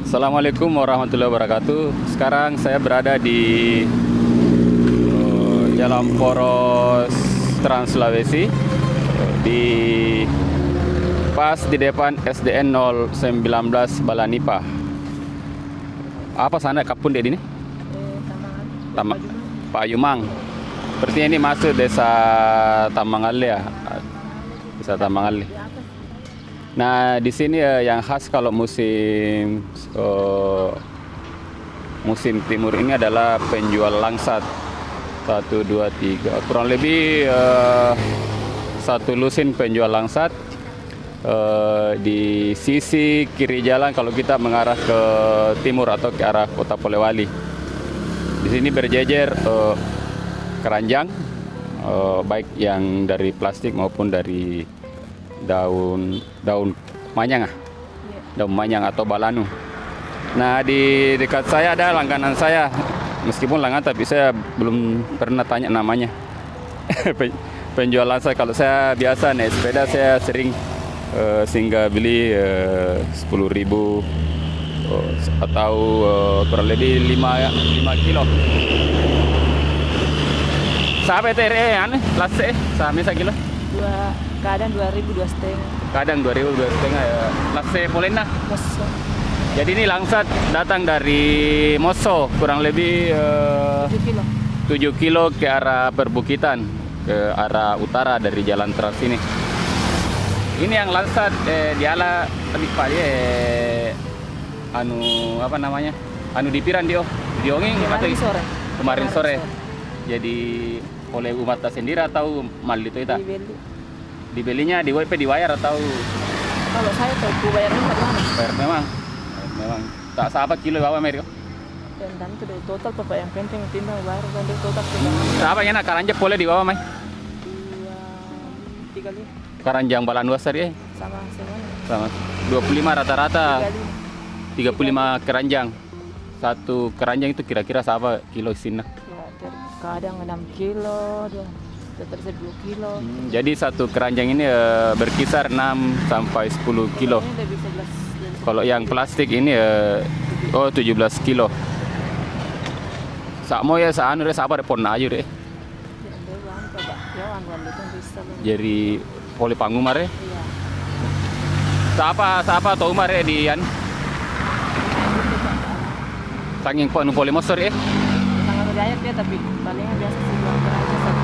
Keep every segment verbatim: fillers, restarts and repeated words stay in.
Assalamualaikum warahmatullahi wabarakatuh. Sekarang saya berada di uh, Jalan Poros Trans Sulawesi, di pas di depan S D N nol satu sembilan Balanipa. Apa sana kapun dia ini? Eh, Tama Payumang. Sepertinya ini masuk desa Tamangali ya. Desa Tamangali. Nah, di sini ya, yang khas kalau musim uh, musim timur ini adalah penjual langsat. Satu, dua, tiga. Kurang lebih uh, satu lusin penjual langsat. Uh, di sisi kiri jalan kalau kita mengarah ke timur atau ke arah kota Polewali. Di sini berjejer uh, keranjang, uh, baik yang dari plastik maupun dari daun daun manyang, ah? daun manyang atau balanu. Nah, di dekat saya ada langganan saya, meskipun langganan tapi saya belum pernah tanya namanya. Penjualan saya, kalau saya biasa naik sepeda saya sering uh, singgah beli uh, sepuluh ribu uh, atau uh, kurang lebih lima kilo. Sampai tere aneh, lase sampai sekilo. dua kadang dua ribu dua setengah. Kadang dua ribu dua setengah ya. Lase polena. Moso. Jadi ini langsat datang dari Moso, kurang lebih uh, tujuh kilo. tujuh kilo ke arah perbukitan, ke arah utara dari jalan trans ini. Ini yang langsat eh, diala tadi Pak eh, anu apa namanya? Anu dipiran dio, dionging Kemarin atau sore. kemarin sore. Jadi oleh umat sendiri atau mal itu itu? Dibeli. Dibelinya di W P di wire atau Kalau saya tahu ku bayarnya bagaimana? bayar memang? Memang tak apa kilo bawa Mario. Dan dan itu dari total Bapak, yang penting timbang bayar dan dari total timbang Apa yang nak karanjang boleh dibawa mai? dua tiga lima Karanjang balan luas tadi eh? sama semuanya. Sama dua puluh lima rata-rata. Tiga lima. tiga puluh lima keranjang. Satu keranjang itu kira-kira apa kilo sini? Ya, ter- kadang enam kilo, dua terus dua kilo. Hmm, jadi satu keranjang ini eh, berkisar enam sampai sepuluh kilo. Ini lebih sebelas. lebih Kalau yang plastik ini eh, oh tujuh belas kilo. Sakmo ya saanu re sapa repon ayu re. Jadi poli pangumar re. Iya. Sapa sapa to umar re di an. Sanging po anu poli mosor eh. Sangat banyak ya, tapi paling biasa sih dua kerja satu.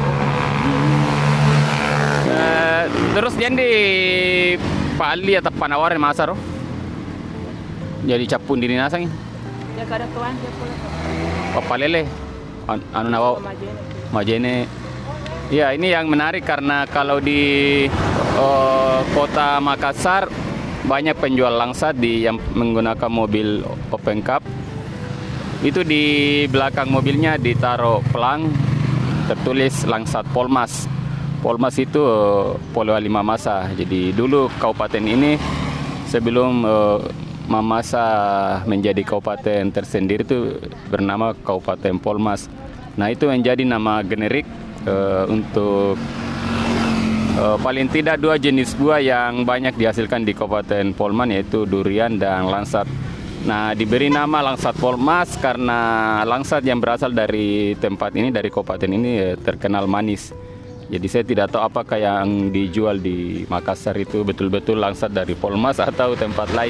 Eh, terus dia di Pali atau Panawaran masa roh. Jadi capun di nasang. Ya kadang tuan dia pula. Papalele. An anu nawa Majene. majene. Ya, ini yang menarik karena kalau di uh, kota Makassar banyak penjual langsat di yang menggunakan mobil open cab. Itu di belakang mobilnya ditaruh pelang tertulis Langsat Polmas. Polmas itu uh, Polewali Mamasa. Jadi dulu kabupaten ini sebelum uh, Mamasa menjadi kabupaten tersendiri itu bernama Kabupaten Polmas. Nah, itu menjadi nama generik uh, untuk uh, paling tidak dua jenis buah yang banyak dihasilkan di Kabupaten Polman, yaitu durian dan langsat. Nah, diberi nama Langsat Polmas karena langsat yang berasal dari tempat ini, dari kabupaten ini eh, terkenal manis. Jadi saya tidak tahu apakah yang dijual di Makassar itu betul-betul langsat dari Polmas atau tempat lain.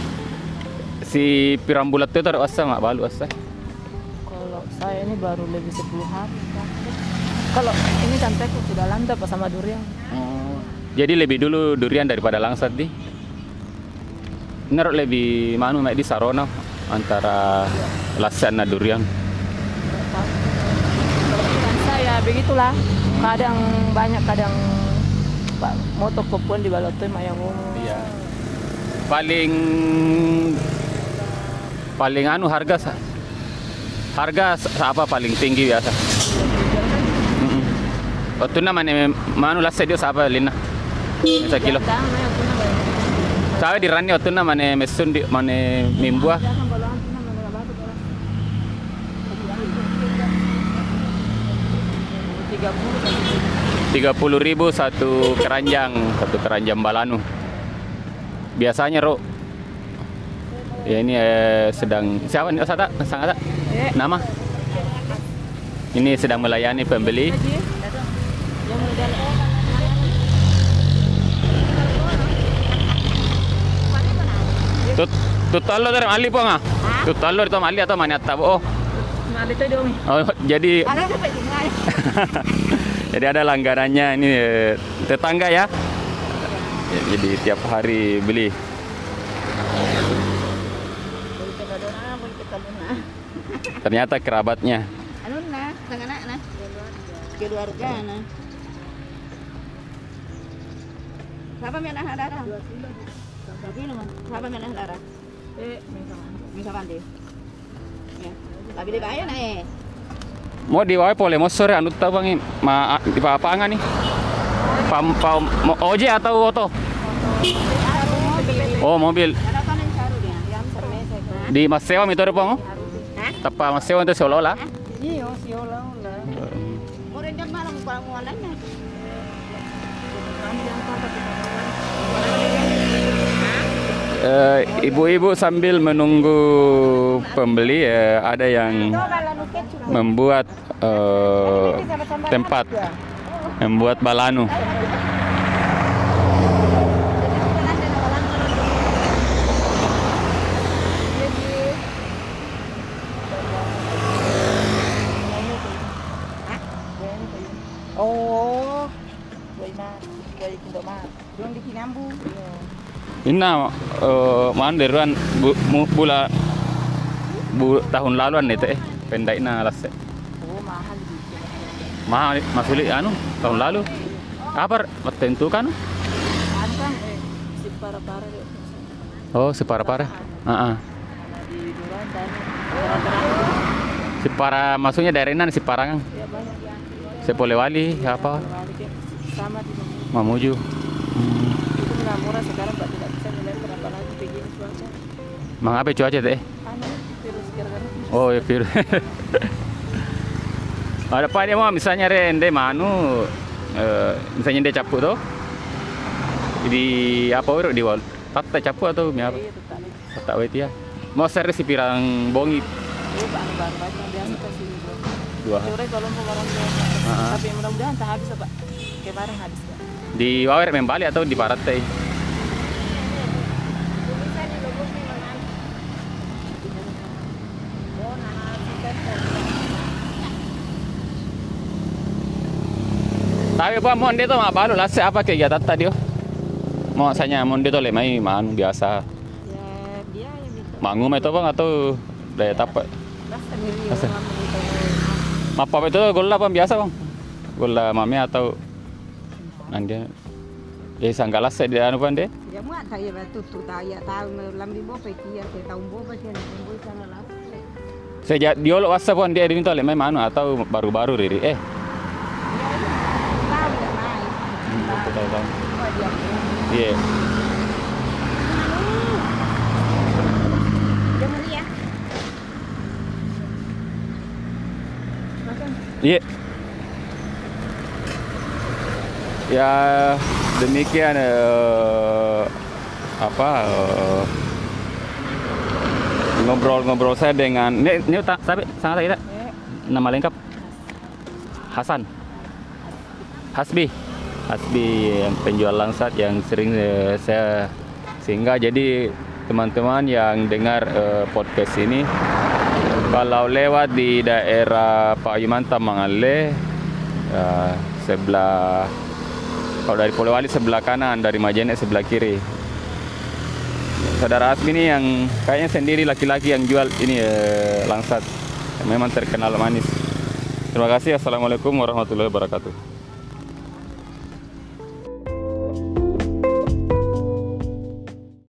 Si pirambulat itu taruh asa mak balu asa. Kalau saya ini baru lebih sepuluh hari. Kalau ini sampai sudah lantap sama durian. Oh. Jadi lebih dulu durian daripada langsat di. Naruh lebih manu mak di Sarona antara lasan dan durian. Kalau ikan saya begitulah. Kadang banyak, kadang Pak motor popon di balotoi mak yang ngomong. Iya. Paling paling anu harga sa- harga sa- apa paling tinggi biasa? Heeh. Waktu na mane manu lase dio sapa lina. Sa kilo. Sabe di rani waktu na mane mesun di mane mimbua. tiga puluh ribu satu keranjang, satu keranjang balanu. Biasanya, Ro. Ya ini eh, sedang siapa nih Osata? Sang Ata? Eh. Nama? Ini sedang melayani pembeli. Tut tutalo dari Ali po nga. Tutalo itu Ali atau maniata oh. Mali itu dong. Oh jadi Ada sampai tinggal. jadi ada langganannya ini eh, tetangga ya. Ya, jadi tiap hari beli. Ternyata kerabatnya. Anu na, sang anak na. Keluarga na. Siapa yang nak darah? Dua kilo. Dua kilo man. Siapa yang nak darah? Eh, Misa Pandi. Ya. Tapi dia bayar na eh. Mau diwai pole mau sore anu ta bang ma di papangan nih. Pam pam mo- oje atau oto? Oh mobil. Ada kan yang saru dia, yang sermese. Di mas sewa itu ada pang? Hah? Tapa mas sewa itu seolah-olah. Iya, si olah olah. Mau rendam malam para mualannya. Eh, ibu-ibu sambil menunggu pembeli eh, ada yang membuat eh, tempat membuat balanu. Oh, baik mah, baik untuk mah. Belum di Kinambu. Ina eh, manderuan bu, mu- bula bu, tahun laluan itu eh pendek na las. Oh, mahal gitu. Mahal masuli anu tahun lalu. Apa tentu kan? Antang eh si para-para deh. Oh, separa-para. Heeh. Di Duran dan Separa maksudnya daerah mana Separangan? ya banyak yang Sepolewali apa? balik ya. Sama di sini. Mamuju. Itu nggak murah sekarang Pak tidak bisa nilai berapa lagi begini cuaca. Mang apa cuaca teh? Anu virus gara-gara. Oh, ya virus. Ada apa dia mau misalnya rende manu eh, misalnya dia capuk tuh. Di apa ur di wal. Tata capuk atau mi apa? Iya tetap. Tak wait ya. Mau seri si pirang bongi Oh, bahan-bahan banyak biasa kasih dua. dua. Sore kalau mau orang tua. Ah. Tapi mudah-mudahan tak habis Pak. Kemarin habis ya. Di wawer membali atau di parat teh? Tapi pa monde to ma balu lase apa kegiatan tadi oh? Mau sanya monde to lemai man biasa. Ya dia yang bisa. Mangum itu bang atau daya tapak? Rasa sendiri Rasa. orang itu. Mapa itu gola apa biasa bang? Gola mame atau nanti? Ya sanggalas di anu pande? Ya muat saya batu tu taya tahu lam di bawah kia saya tahu bawah sih yang sana lah. Saya diolok wasa pun dia ini to lemai manu atau baru-baru riri eh? Tahu ya mai. Tahu tahu. Oh dia. Iya. Jangan ya. Makan. Iya. Ya demikian eh, apa eh, ngobrol-ngobrol saya dengan ini ini tak sabi sangat tidak Eh, nama lengkap Hasan Hasbi Hasbi yang penjual langsat yang sering eh, saya sehingga jadi teman-teman yang dengar eh, podcast ini kalau lewat di daerah Pak Yumanta Mangale eh, sebelah kalau dari Polewali sebelah kanan, dari Majene sebelah kiri. Saudara Asmi ini yang kayaknya sendiri laki-laki yang jual ini eh, langsat. Memang terkenal manis. Terima kasih. Assalamualaikum warahmatullahi wabarakatuh.